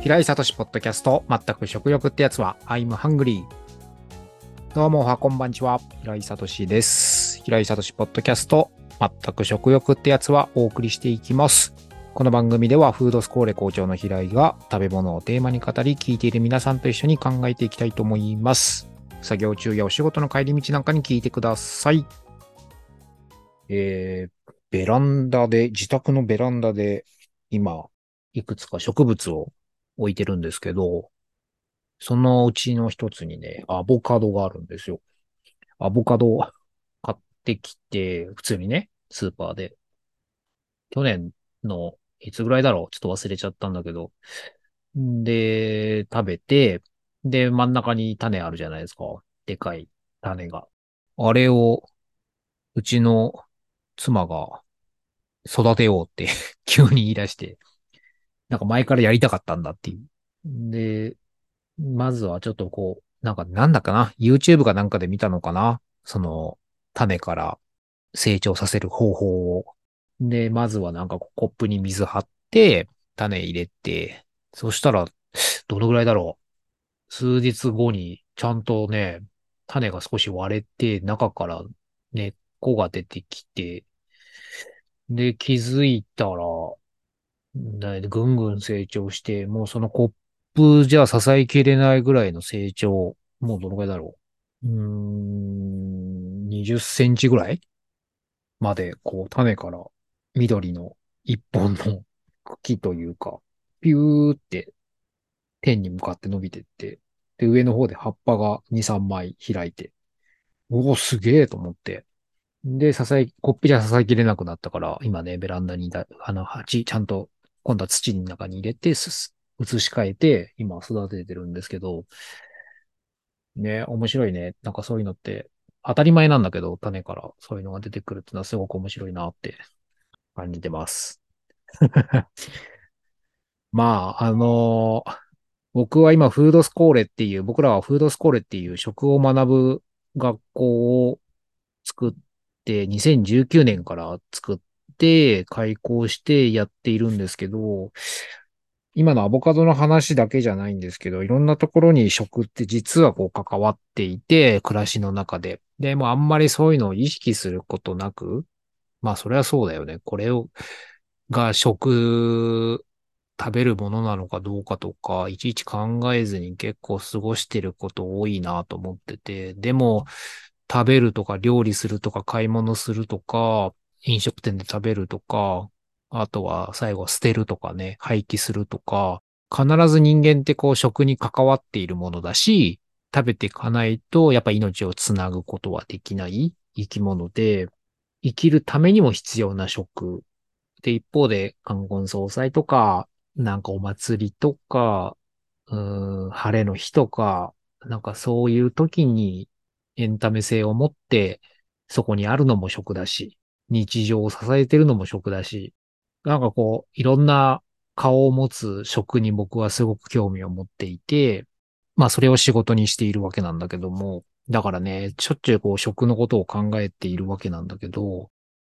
平井聡ポッドキャスト、全く食欲ってやつは、I'm hungry。どうもおはこんばんちは。平井聡です。平井聡ポッドキャスト、全く食欲ってやつはお送りしていきます。この番組ではフードスコーレ校長の平井が食べ物をテーマに語り、聞いている皆さんと一緒に考えていきたいと思います。作業中やお仕事の帰り道なんかに聞いてください。ベランダで、自宅のベランダで、今、いくつか植物を置いてるんですけど、そのうちの一つにね、アボカドがあるんですよ。アボカドを買ってきて、普通にね、スーパーで。去年の、いつぐらいだろうちょっと忘れちゃったんだけど。で、食べて、で、真ん中に種あるじゃないですか。でかい種が。あれを、うちの妻が育てようって急に言い出して、なんか前からやりたかったんだっていう。で、まずはちょっとこう、なんだかな ?YouTube かなんかで見たのかなその、種から成長させる方法を。で、まずはなんかこうコップに水張って、種入れて、そしたら、どのぐらいだろう数日後に、ちゃんとね、種が少し割れて、中から根っこが出てきて、で、気づいたら、ぐんぐん成長して、もうそのコップじゃ支えきれないぐらいの成長、もうどのぐらいだろう。20センチぐらいまで、こう、種から緑の一本の茎というか、ピューって天に向かって伸びてって、で、上の方で葉っぱが2、3枚開いて、おお、すげえと思って。で、コップじゃ支えきれなくなったから、今ね、ベランダにちゃんと、今度は土の中に入れて、移し替えて、今育ててるんですけど、ね、面白いね。なんかそういうのって、当たり前なんだけど、種からそういうのが出てくるっていうのはすごく面白いなって感じてます。まあ、僕は今、フードスコーレっていう、僕らはフードスコーレっていう食を学ぶ学校を作って、2019年から作って、開校してやっているんですけど、今のアボカドの話だけじゃないんですけど、いろんなところに食って実はこう関わっていて、暮らしの中で。で、もうあんまりそういうのを意識することなく、まあそれはそうだよね。が食べるものなのかどうかとか、いちいち考えずに結構過ごしてること多いなと思ってて、でも、食べるとか料理するとか買い物するとか、飲食店で食べるとか、あとは最後捨てるとかね、廃棄するとか、必ず人間ってこう食に関わっているものだし、食べていかないとやっぱ命をつなぐことはできない生き物で、生きるためにも必要な食。で、一方で冠婚葬祭とか、なんかお祭りとか、晴れの日とか、なんかそういう時にエンタメ性を持ってそこにあるのも食だし、日常を支えてるのも食だし、なんかこう、いろんな顔を持つ食に僕はすごく興味を持っていて、まあそれを仕事にしているわけなんだけども、だからね、しょっちゅうこう食のことを考えているわけなんだけど、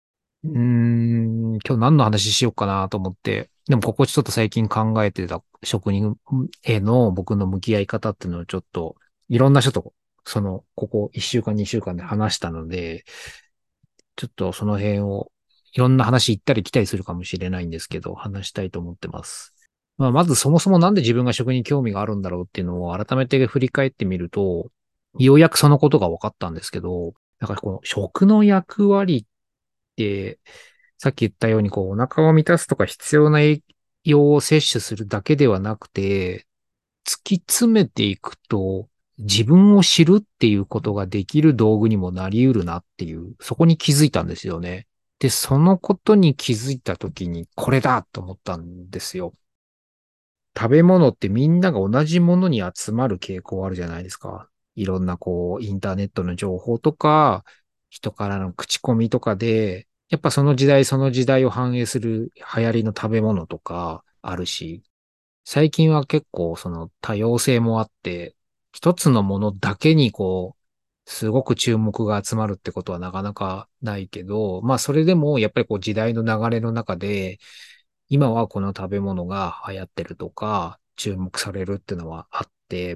今日何の話しようかなと思って、でもここちょっと最近考えてた職人への僕の向き合い方っていうのをちょっと、いろんな人と、ここ1週間、2週間で話したので、ちょっとその辺を、いろんな話行ったり来たりするかもしれないんですけど、話したいと思ってます。まあ、まずそもそもなんで自分が食に興味があるんだろうっていうのを改めて振り返ってみると、ようやくそのことが分かったんですけど、なんかこの食の役割ってさっき言ったように、こう、お腹を満たすとか必要な栄養を摂取するだけではなくて、突き詰めていくと、自分を知るっていうことができる道具にもなり得るなっていう、そこに気づいたんですよね。で、そのことに気づいたときに、これだと思ったんですよ。食べ物ってみんなが同じものに集まる傾向あるじゃないですか。いろんなこう、インターネットの情報とか、人からの口コミとかで、やっぱその時代その時代を反映する流行りの食べ物とかあるし、最近は結構その多様性もあって、一つのものだけにこう、すごく注目が集まるってことはなかなかないけど、まあそれでもやっぱりこう時代の流れの中で、今はこの食べ物が流行ってるとか、 注目されるっていうのはあって、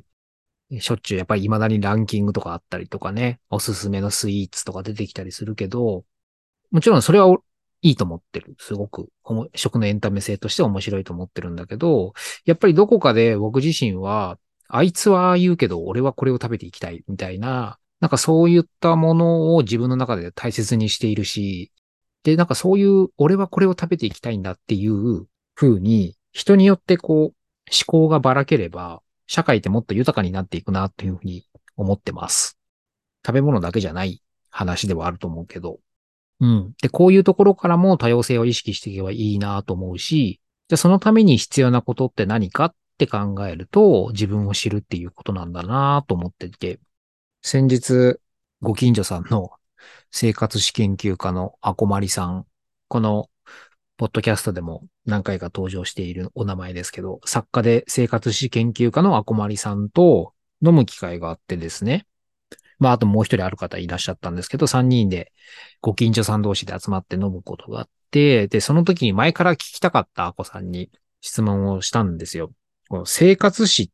しょっちゅうやっぱり未だにランキングとかあったりとかね、おすすめのスイーツとか出てきたりするけど、もちろんそれはいいと思ってる。すごく食のエンタメ性として面白いと思ってるんだけど、やっぱりどこかで僕自身は、あいつは言うけど俺はこれを食べていきたいみたいな、なんかそういったものを自分の中で大切にしているし、で、なんかそういう俺はこれを食べていきたいんだっていう風に、人によってこう思考がばらければ、社会ってもっと豊かになっていくなっていうふうに思ってます。食べ物だけじゃない話ではあると思うけど。うん。で、こういうところからも多様性を意識していけばいいなと思うし、じゃあそのために必要なことって何かって考えると、自分を知るっていうことなんだなと思っていて、先日、ご近所さんの生活史研究家のアコマリさん、このポッドキャストでも何回か登場しているお名前ですけど、作家で生活史研究家のアコマリさんと飲む機会があってですね。まあ、あともう一人ある方いらっしゃったんですけど、三人でご近所さん同士で集まって飲むことがあって、で、その時に前から聞きたかったアコさんに質問をしたんですよ。この生活史って、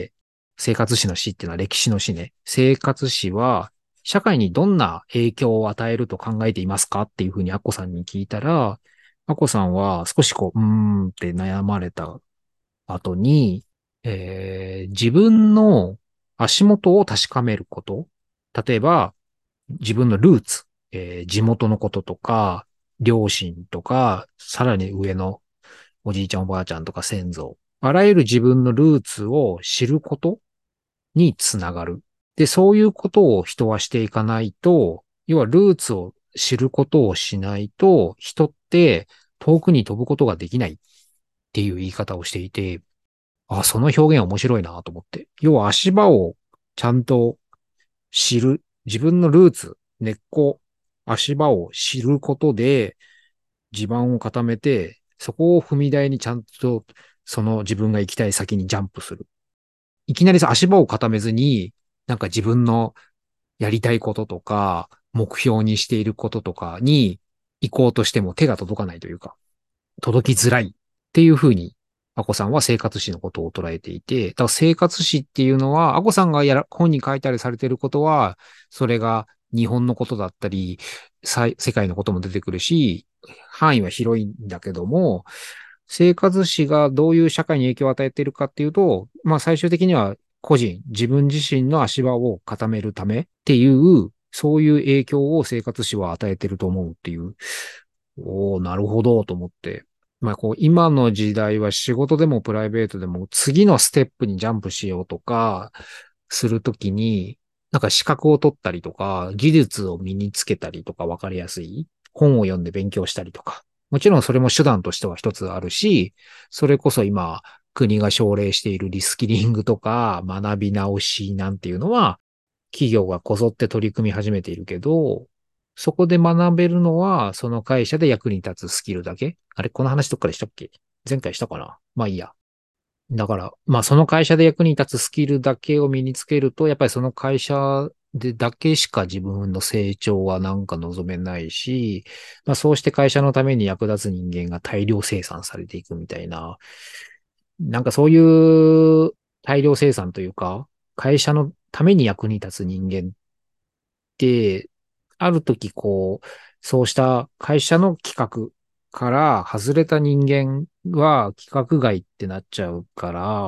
生活史の史っていうのは歴史の史ね。生活史は社会にどんな影響を与えると考えていますかっていうふうにアッコさんに聞いたら、アッコさんは少しこう、って悩まれた後に、自分の足元を確かめること。例えば、自分のルーツ、地元のこととか、両親とか、さらに上のおじいちゃんおばあちゃんとか先祖。あらゆる自分のルーツを知ることにつながる。で、そういうことを人はしていかないと、要はルーツを知ることをしないと、人って遠くに飛ぶことができないっていう言い方をしていて、あ、その表現面白いなと思って。要は足場をちゃんと知る。自分のルーツ、根っこ、足場を知ることで地盤を固めて、そこを踏み台にちゃんとその自分が行きたい先にジャンプする。いきなりさ、足場を固めずに、なんか自分のやりたいこととか、目標にしていることとかに行こうとしても手が届かないというか、届きづらいっていうふうに、アコさんは生活史のことを捉えていて、だから生活史っていうのは、アコさんが本に書いたりされていることは、それが日本のことだったり、世界のことも出てくるし、範囲は広いんだけども、生活史がどういう社会に影響を与えているかっていうと、まあ最終的には個人、自分自身の足場を固めるためっていう、そういう影響を生活史は与えていると思うっていう。おー、なるほど、と思って。まあこう、今の時代は仕事でもプライベートでも次のステップにジャンプしようとか、するときに、なんか資格を取ったりとか、技術を身につけたりとか分かりやすい。本を読んで勉強したりとか。もちろんそれも手段としては一つあるし、それこそ今、国が奨励しているリスキリングとか学び直しなんていうのは、企業がこぞって取り組み始めているけど、そこで学べるのは、その会社で役に立つスキルだけ。あれ、この話どっかでしたっけ？前回したかな？まあいいや。だから、まあその会社で役に立つスキルだけを身につけると、やっぱりその会社でだけしか自分の成長はなんか望めないし、まあそうして会社のために役立つ人間が大量生産されていくみたいな、なんかそういう大量生産というか、会社のために役に立つ人間って、ある時こう、そうした会社の企画から外れた人間は規格外ってなっちゃうから、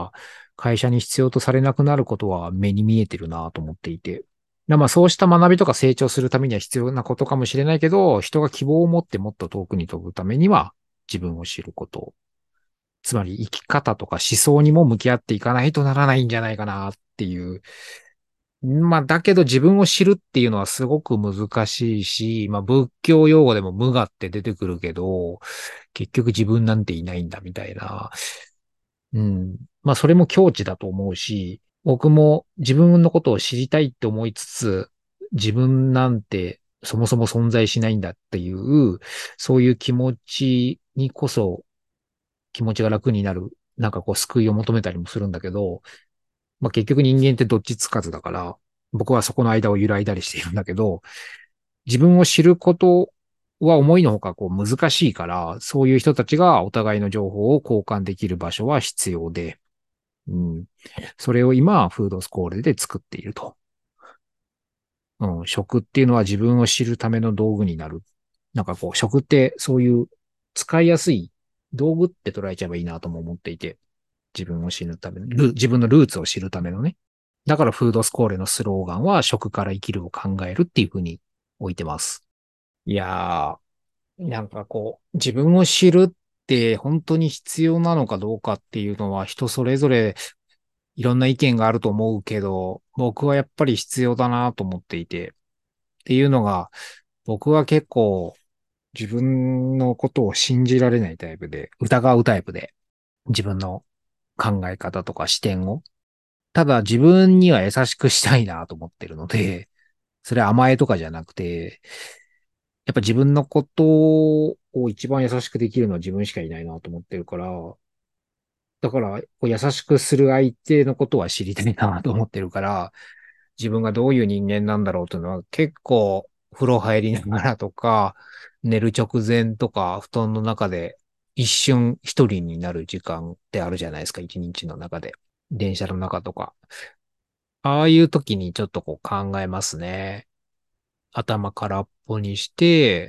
会社に必要とされなくなることは目に見えてるなと思っていて。まあそうした学びとか成長するためには必要なことかもしれないけど、人が希望を持ってもっと遠くに飛ぶためには自分を知ること。つまり生き方とか思想にも向き合っていかないとならないんじゃないかなっていう。まあ、だけど自分を知るっていうのはすごく難しいし、まあ、仏教用語でも無我って出てくるけど、結局自分なんていないんだみたいな。うん。まあ、それも境地だと思うし、僕も自分のことを知りたいって思いつつ、自分なんてそもそも存在しないんだっていう、そういう気持ちにこそ気持ちが楽になる、なんかこう救いを求めたりもするんだけど、まあ結局人間ってどっちつかずだから、僕はそこの間を揺らいだりしているんだけど、自分を知ることは思いのほかこう難しいから、そういう人たちがお互いの情報を交換できる場所は必要で、 うん。それを今、フードスコーレで作っていると。うん。食っていうのは自分を知るための道具になる。なんかこう、食ってそういう使いやすい道具って捉えちゃえばいいなとも思っていて、自分を知るための、自分のルーツを知るためのね。だからフードスコーレのスローガンは食から生きるを考えるっていうふうに置いてます。いやなんかこう、自分を知るって本当に必要なのかどうかっていうのは人それぞれいろんな意見があると思うけど、僕はやっぱり必要だなと思っていて、っていうのが、僕は結構自分のことを信じられないタイプで、疑うタイプで、自分の考え方とか視点を。ただ自分には優しくしたいなと思ってるので、それは甘えとかじゃなくて、やっぱ自分のことを一番優しくできるのは自分しかいないなと思ってるから、だからこう優しくする相手のことは知りたいなと思ってるから、自分がどういう人間なんだろうというのは結構風呂入りながらとか、寝る直前とか布団の中で一瞬一人になる時間ってあるじゃないですか、一日の中で。電車の中とか。ああいう時にちょっとこう考えますね。頭空っぽにして、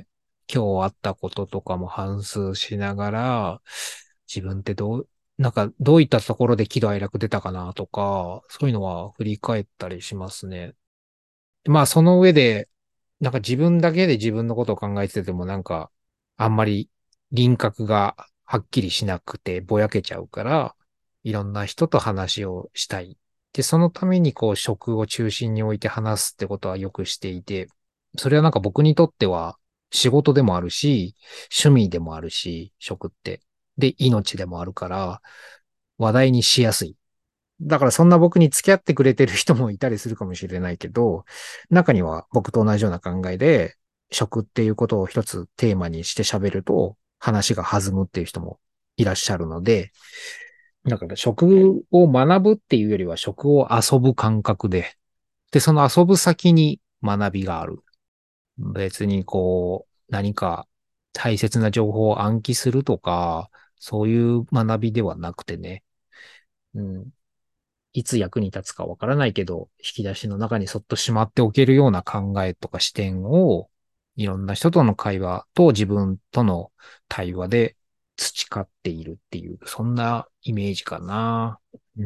今日あったこととかも反芻しながら、自分ってなんかどういったところで喜怒哀楽出たかなとか、そういうのは振り返ったりしますね。まあその上で、なんか自分だけで自分のことを考えててもなんか、あんまり輪郭がはっきりしなくてぼやけちゃうから、いろんな人と話をしたい。で、そのためにこう食を中心に置いて話すってことはよくしていて、それはなんか僕にとっては仕事でもあるし、趣味でもあるし、食って。で、命でもあるから、話題にしやすい。だからそんな僕に付き合ってくれてる人もいたりするかもしれないけど、中には僕と同じような考えで、食っていうことを一つテーマにして喋ると話が弾むっていう人もいらっしゃるので、だから食を学ぶっていうよりは食を遊ぶ感覚で、その遊ぶ先に学びがある。別にこう、何か大切な情報を暗記するとか、そういう学びではなくてね。うん、いつ役に立つかわからないけど、引き出しの中にそっとしまっておけるような考えとか視点を、いろんな人との会話と自分との対話で培っているっていう、そんなイメージかな。うん。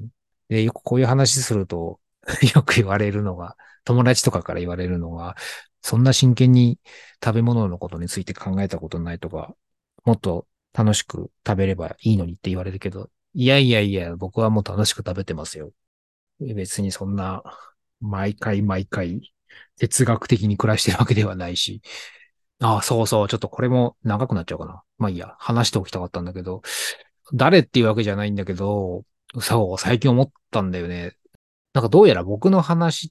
で、よくこういう話すると、よく言われるのが、友達とかから言われるのが、そんな真剣に食べ物のことについて考えたことないとか、もっと楽しく食べればいいのにって言われるけど、いやいやいや、僕はもう楽しく食べてますよ。別にそんな、毎回毎回、哲学的に暮らしてるわけではないし。ああ、そうそう、ちょっとこれも長くなっちゃうかな。まあいいや、話しておきたかったんだけど、誰っていうわけじゃないんだけど、そう、最近思ったんだよね。なんかどうやら僕の話って、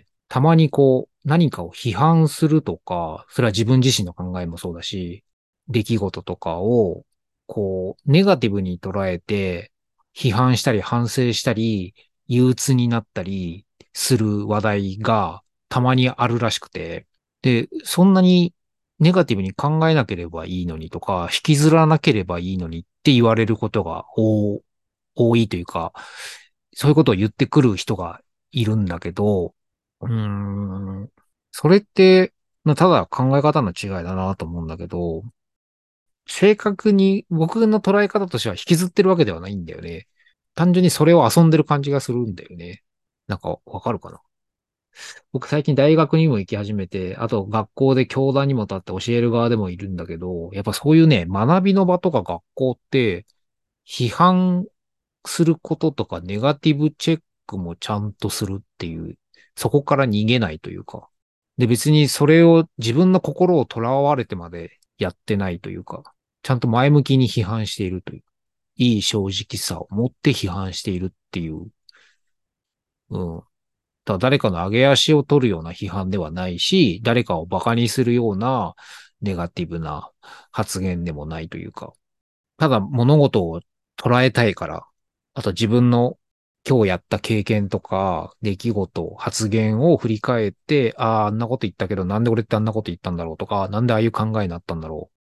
たまにこう、何かを批判するとか、それは自分自身の考えもそうだし、出来事とかを、こう、ネガティブに捉えて、批判したり反省したり、憂鬱になったりする話題がたまにあるらしくて、で、そんなにネガティブに考えなければいいのにとか、引きずらなければいいのにって言われることが多いというか、そういうことを言ってくる人がいるんだけど、うーん、それって、ただ考え方の違いだなと思うんだけど、正確に僕の捉え方としては引きずってるわけではないんだよね。単純にそれを遊んでる感じがするんだよね。なんかわかるかな。僕最近大学にも行き始めて、あと学校で教壇にも立って教える側でもいるんだけど、やっぱそういうね、学びの場とか学校って、批判することとかネガティブチェックもちゃんとするっていう、そこから逃げないというか。で、別にそれを自分の心を囚われてまでやってないというか、ちゃんと前向きに批判しているという、いい正直さを持って批判しているっていう、うん。ただ誰かの上げ足を取るような批判ではないし、誰かを馬鹿にするようなネガティブな発言でもないというか、ただ物事を捉えたいから、あと自分の今日やった経験とか、出来事、発言を振り返って、ああ、あんなこと言ったけど、なんで俺ってあんなこと言ったんだろうとか、なんでああいう考えになったんだろう。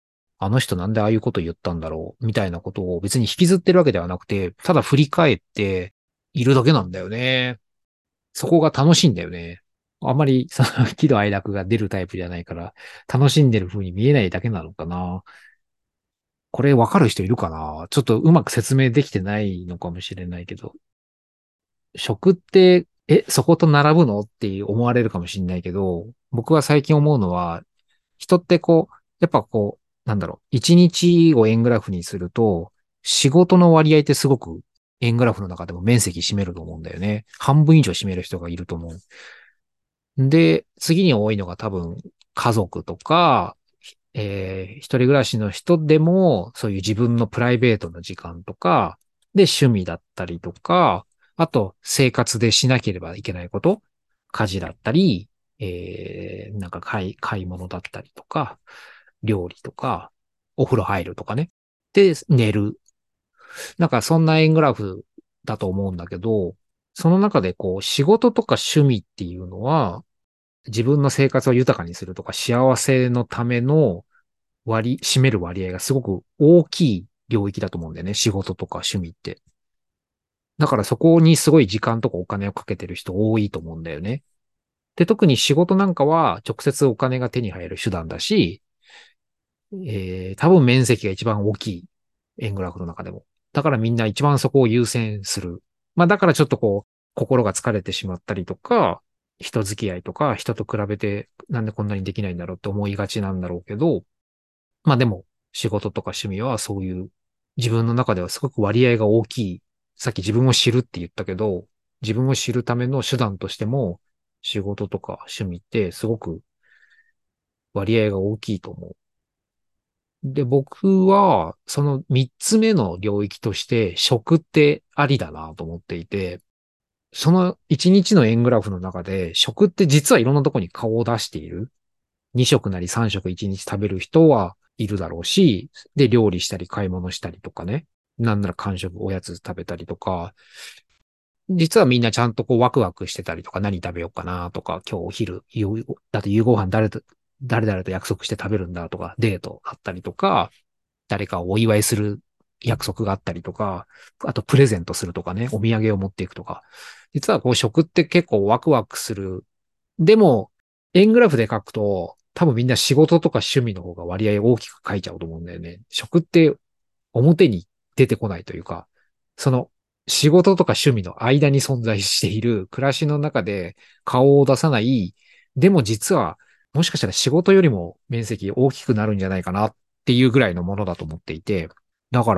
あの人なんでああいうこと言ったんだろうみたいなことを別に引きずってるわけではなくて、ただ振り返っているだけなんだよね。そこが楽しいんだよね。あんまりその喜怒哀楽が出るタイプじゃないから、楽しんでる風に見えないだけなのかな。これわかる人いるかな。ちょっとうまく説明できてないのかもしれないけど。食って、そこと並ぶのって思われるかもしれないけど、僕は最近思うのは、人ってやっぱなんだろう、一日を円グラフにすると、仕事の割合ってすごく円グラフの中でも面積占めると思うんだよね。半分以上占める人がいると思う。で、次に多いのが多分家族とか、一人暮らしの人でも、そういう自分のプライベートの時間とか、で、趣味だったりとか、あと、生活でしなければいけないこと、家事だったり、なんか買い物だったりとか、料理とか、お風呂入るとかね。で、寝る。なんかそんな円グラフだと思うんだけど、その中で仕事とか趣味っていうのは、自分の生活を豊かにするとか幸せのための占める割合がすごく大きい領域だと思うんだよね。仕事とか趣味って。だからそこにすごい時間とかお金をかけてる人多いと思うんだよね。で、特に仕事なんかは直接お金が手に入る手段だし、多分面積が一番大きい円グラフの中でも。だからみんな一番そこを優先する。まあだからちょっと心が疲れてしまったりとか、人付き合いとか人と比べてなんでこんなにできないんだろうって思いがちなんだろうけど、まあでも仕事とか趣味はそういう自分の中ではすごく割合が大きい。さっき自分を知るって言ったけど、自分を知るための手段としても仕事とか趣味ってすごく割合が大きいと思う。で、僕は、その三つ目の領域として、食ってありだなと思っていて、その一日の円グラフの中で、食って実はいろんなとこに顔を出している。二食なり三食一日食べる人はいるだろうし、で、料理したり買い物したりとかね。なんなら間食、おやつ食べたりとか、実はみんなちゃんとワクワクしてたりとか、何食べようかなとか、今日お昼、だって夕ご飯誰々と約束して食べるんだとか、デートあったりとか、誰かをお祝いする約束があったりとか、あとプレゼントするとかね、お土産を持っていくとか。実は食って結構ワクワクする。でも、円グラフで書くと、多分みんな仕事とか趣味の方が割合大きく書いちゃうと思うんだよね。食って表に出てこないというか、その仕事とか趣味の間に存在している暮らしの中で顔を出さない、でも実はもしかしたら仕事よりも面積大きくなるんじゃないかなっていうぐらいのものだと思っていて、だから、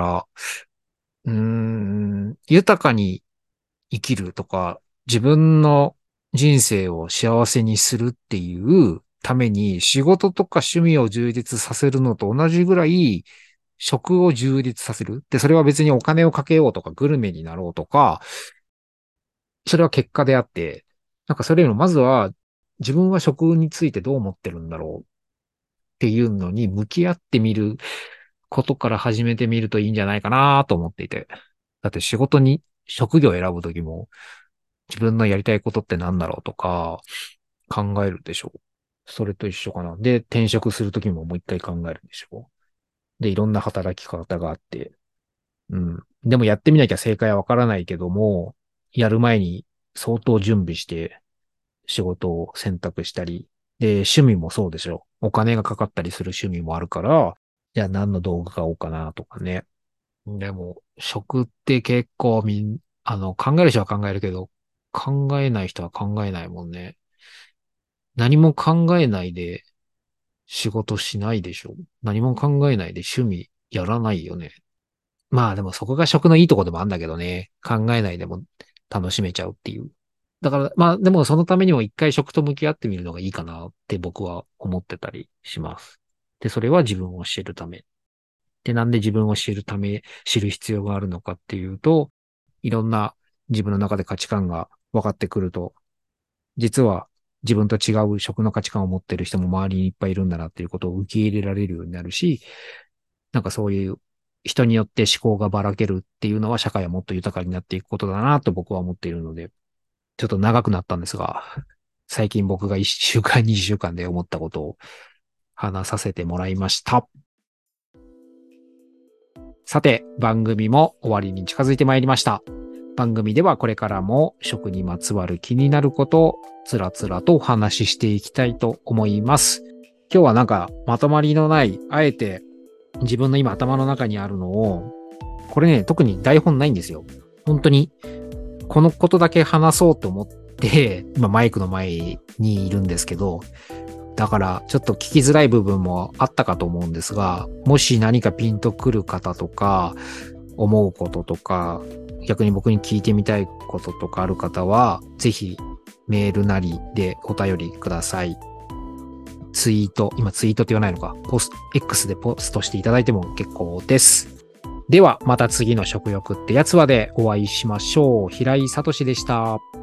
豊かに生きるとか、自分の人生を幸せにするっていうために仕事とか趣味を充実させるのと同じぐらい食を充実させる。で、それは別にお金をかけようとか、グルメになろうとか、それは結果であって、なんかそれよりもまずは自分は食についてどう思ってるんだろうっていうのに向き合ってみることから始めてみるといいんじゃないかなと思っていて。だって仕事に職業を選ぶときも自分のやりたいことって何だろうとか考えるでしょう。それと一緒かな。で、転職するときももう一回考えるでしょう。で、いろんな働き方があって、うん。でもやってみなきゃ正解はわからないけども、やる前に相当準備して仕事を選択したり、で、趣味もそうでしょ。お金がかかったりする趣味もあるから、じゃあ何の道具買おうかなとかね。でも、食って結構考える人は考えるけど、考えない人は考えないもんね。何も考えないで仕事しないでしょ。何も考えないで趣味やらないよね。まあでもそこが食のいいとこでもあるんだけどね。考えないでも楽しめちゃうっていう。だからまあでもそのためにも一回食と向き合ってみるのがいいかなって僕は思ってたりします。で、それは自分を知るため。で、なんで自分を知る必要があるのかっていうと、いろんな自分の中で価値観が分かってくると、実は自分と違う食の価値観を持ってる人も周りにいっぱいいるんだなっていうことを受け入れられるようになるし、なんかそういう人によって思考がばらけるっていうのは社会はもっと豊かになっていくことだなと僕は思っているので、ちょっと長くなったんですが、最近僕が1週間、2週間で思ったことを話させてもらいました。 さて、番組も終わりに近づいてまいりました。番組ではこれからも食にまつわる気になることをつらつらとお話ししていきたいと思います。今日はなんかまとまりのない、あえて自分の今頭の中にあるのを、これね、特に台本ないんですよ。本当にこのことだけ話そうと思って、今マイクの前にいるんですけど、だからちょっと聞きづらい部分もあったかと思うんですが、もし何かピンとくる方とか、思うこととか、逆に僕に聞いてみたいこととかある方は、ぜひメールなりでお便りください。今ツイートって言わないのか、X でポストしていただいても結構です。ではまた次の食欲ってやつはでお会いしましょう。平井聡でした。